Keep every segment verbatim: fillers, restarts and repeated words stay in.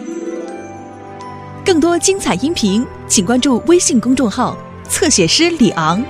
更多精彩音频，请关注微信公众号“侧写师李昂”。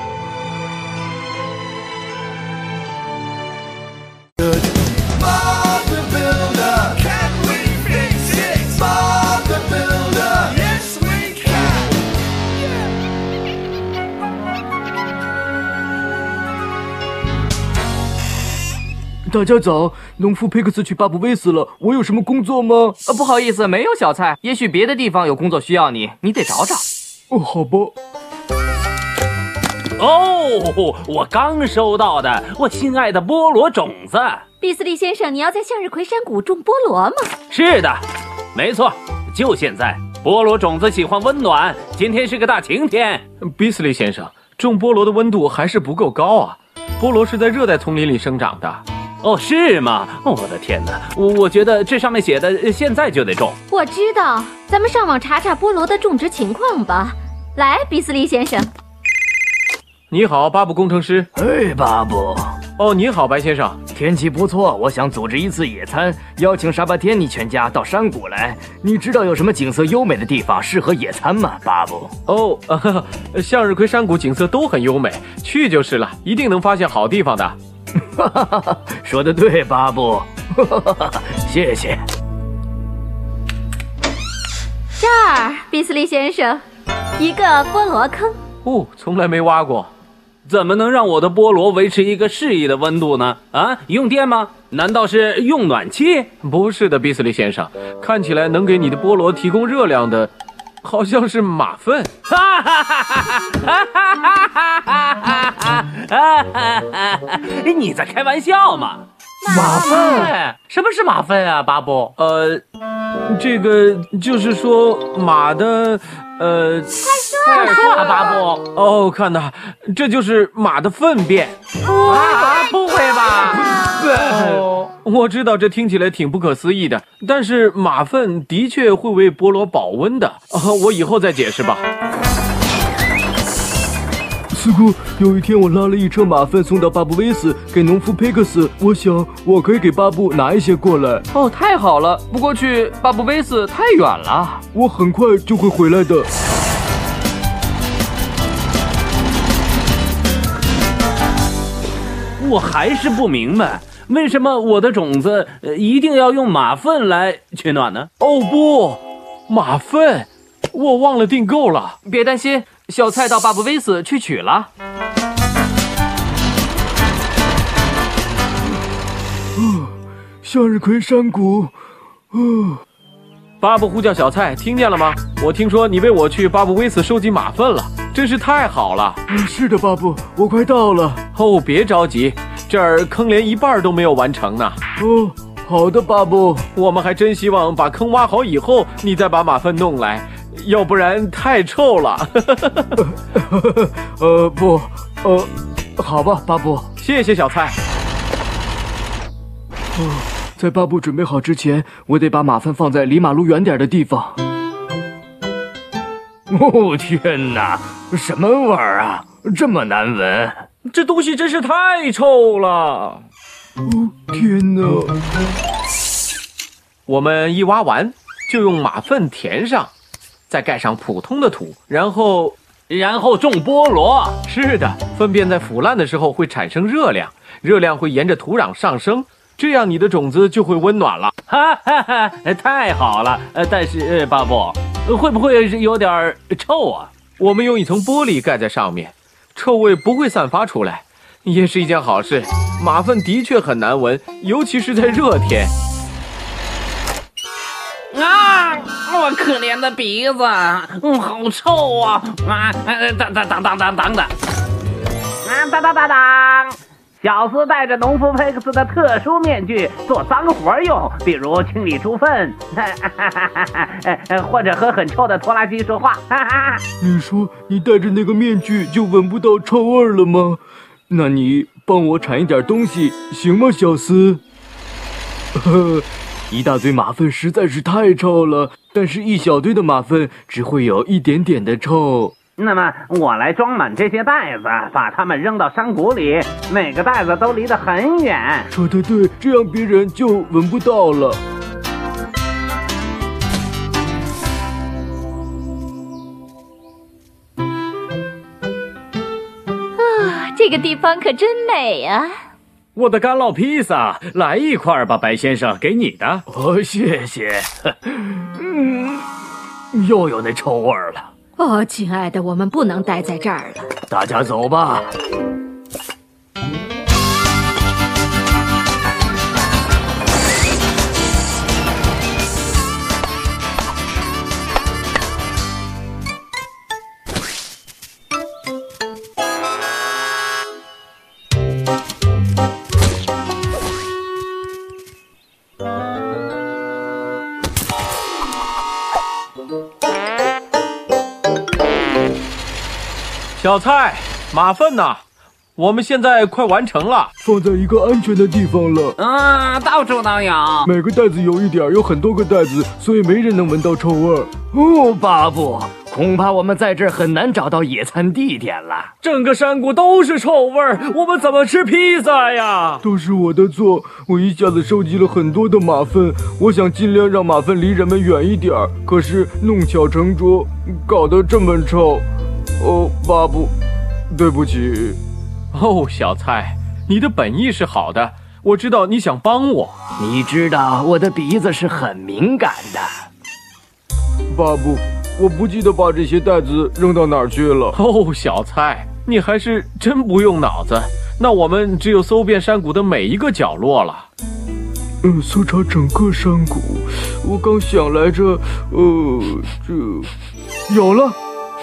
大家早，农夫佩克斯去巴布威斯了，我有什么工作吗？ 呃，不好意思，没有小菜，也许别的地方有工作需要你，你得找找。 哦，好吧。 哦，我刚收到的，我亲爱的菠萝种子。 比斯利先生，你要在向日葵山谷种菠萝吗？ 是的，没错，就现在。菠萝种子喜欢温暖，今天是个大晴天。 比斯利先生，种菠萝的温度还是不够高啊。菠萝是在热带丛林里生长的。 哦，是吗？我的天哪！我我觉得这上面写的现在就得种。 我知道，咱们上网查查菠萝的种植情况吧。来，比斯利先生。 你好，巴布工程师。 哎，巴布。 哦，你好，白先生。 天气不错，我想组织一次野餐，邀请沙巴天尼全家到山谷来。你知道有什么景色优美的地方适合野餐吗，巴布？ 哦，呃、向日葵山谷景色都很优美，去就是了，一定能发现好地方的。 说得对，巴布。谢谢。 这儿，比斯利先生，一个菠萝坑。 哦，从来没挖过。 怎么能让我的菠萝维持一个适宜的温度呢？啊，用电吗？难道是用暖气？ 不是的，比斯利先生，看起来能给你的菠萝提供热量的，好像是马粪。 哈哈哈哈哈哈！你在开玩笑吗？ 马粪？什么是马粪啊，巴布？ 呃，这个就是说马的，呃， 快说啊，巴布。 哦，看呐，这就是马的粪便。 啊，不会吧？ 哦，我知道这听起来挺不可思议的，但是马粪的确会为菠萝保温的。啊，我以后再解释吧。 斯库，有一天我拉了一车马粪送到巴布威斯给农夫佩克斯，我想我可以给巴布拿一些过来。 哦，太好了，不过去巴布威斯太远了。 我很快就会回来的。 我还是不明白，为什么我的种子呃一定要用马粪来取暖呢？ 哦不，马粪，我忘了订购了。 别担心，小蔡到巴布威斯去取了。 哦，向日葵山谷。哦， 巴布呼叫小蔡，听见了吗？我听说你为我去巴布威斯收集马粪了，真是太好了。 嗯，是的，巴布，我快到了。 哦，别着急，这儿坑连一半都没有完成呢。 哦，好的，巴布。 我们还真希望把坑挖好以后，你再把马粪弄来，要不然太臭了。 呃，不，呃，好吧，巴布。 谢谢小蔡。 哦，在巴布准备好之前，我得把马粪放在离马路远点的地方。哦，天哪，什么味儿啊？这么难闻！ 这东西真是太臭了。 哦，天哪！ 我们一挖完，就用马粪填上，再盖上普通的土，然后然后种菠萝。 是的，粪便在腐烂的时候会产生热量，热量会沿着土壤上升，这样你的种子就会温暖了。 哈哈哈，太好了！呃，但是呃，巴布，会不会有点臭啊？ 我们用一层玻璃盖在上面，臭味不会散发出来，也是一件好事。马粪的确很难闻，尤其是在热天。 啊！我可怜的鼻子，嗯，好臭啊！啊，当当当当当当的，啊，当当当当！小斯戴着农夫佩克斯的特殊面具做脏活用，比如清理猪粪，或者和很臭的拖拉机说话。 你说你戴着那个面具就闻不到臭味了吗？那你帮我铲一点东西行吗，小斯？呵，一大堆马粪实在是太臭了，但是一小堆的马粪只会有一点点的臭。 那么我来装满这些袋子，把它们扔到山谷里，每个袋子都离得很远。 说得对，这样别人就闻不到了。 这个地方可真美啊！ 我的干酪披萨，来一块吧，白先生，给你的。 哦，谢谢。嗯，又有那臭味儿了。 哦，亲爱的，我们不能待在这儿了。 大家走吧。 小蔡，马粪呢？我们现在快完成了， 放在一个安全的地方了。 啊，到处都有。 每个袋子有一点，有很多个袋子，所以没人能闻到臭味儿。 哦，巴布，恐怕我们在这儿很难找到野餐地点了。 整个山谷都是臭味儿，我们怎么吃披萨呀？ 都是我的错，我一下子收集了很多的马粪。我想尽量让马粪离人们远一点，可是弄巧成拙，搞得这么臭。哦，巴布，对不起。 哦，小蔡，你的本意是好的，我知道你想帮我。 你知道我的鼻子是很敏感的。 巴布，我不记得把这些袋子扔到哪儿去了。 哦，小蔡，你还是真不用脑子。那我们只有搜遍山谷的每一个角落了。 嗯，搜查整个山谷。我刚想来着，呃，这有了。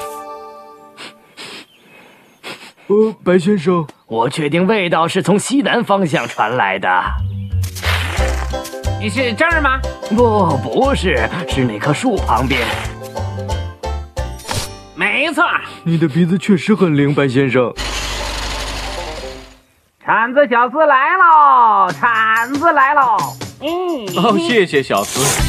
呃，白先生， 我确定味道是从西南方向传来的。 你是这儿吗？ 不，不是，是那棵树旁边。 没错， 你的鼻子确实很灵，白先生。 铲子小斯来喽！铲子来喽！嗯， 哦，谢谢小斯。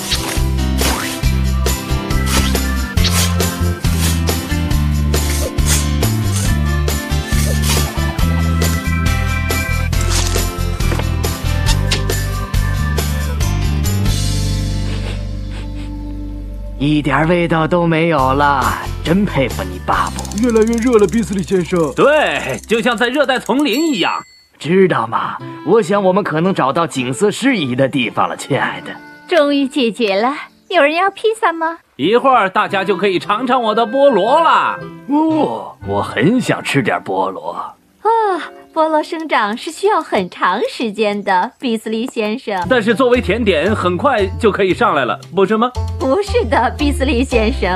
一点味道都没有了，真佩服你，巴布。 越来越热了，比斯利先生。 对，就像在热带丛林一样。 知道吗？我想我们可能找到景色适宜的地方了，亲爱的。 终于解决了。有人要披萨吗？ 一会儿大家就可以尝尝我的菠萝了。 哦，我很想吃点菠萝。 啊，菠萝生长是需要很长时间的，比斯利先生。 但是作为甜点，很快就可以上来了，不是吗？ 不是的，比斯利先生。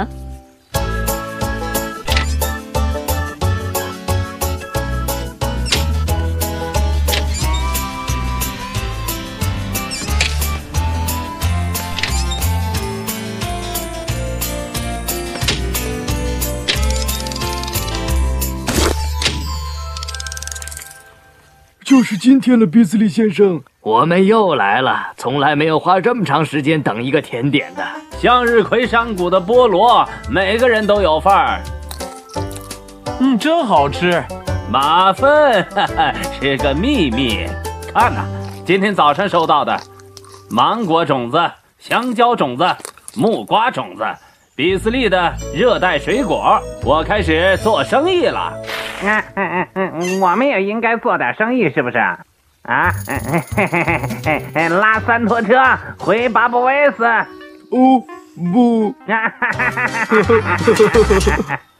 就是今天了，比斯利先生。 我们又来了，从来没有花这么长时间等一个甜点的。 向日葵山谷的菠萝，每个人都有份儿。 嗯，真好吃。 马粪，哈哈，是个秘密。看呐，今天早上收到的，芒果种子、香蕉种子、木瓜种子，比斯利的热带水果。我开始做生意了。嗯嗯嗯，我们也应该做点生意，是不是？啊，嗯嘿嘿嘿嘿，拉三拖车回巴布韦斯。 哦，不。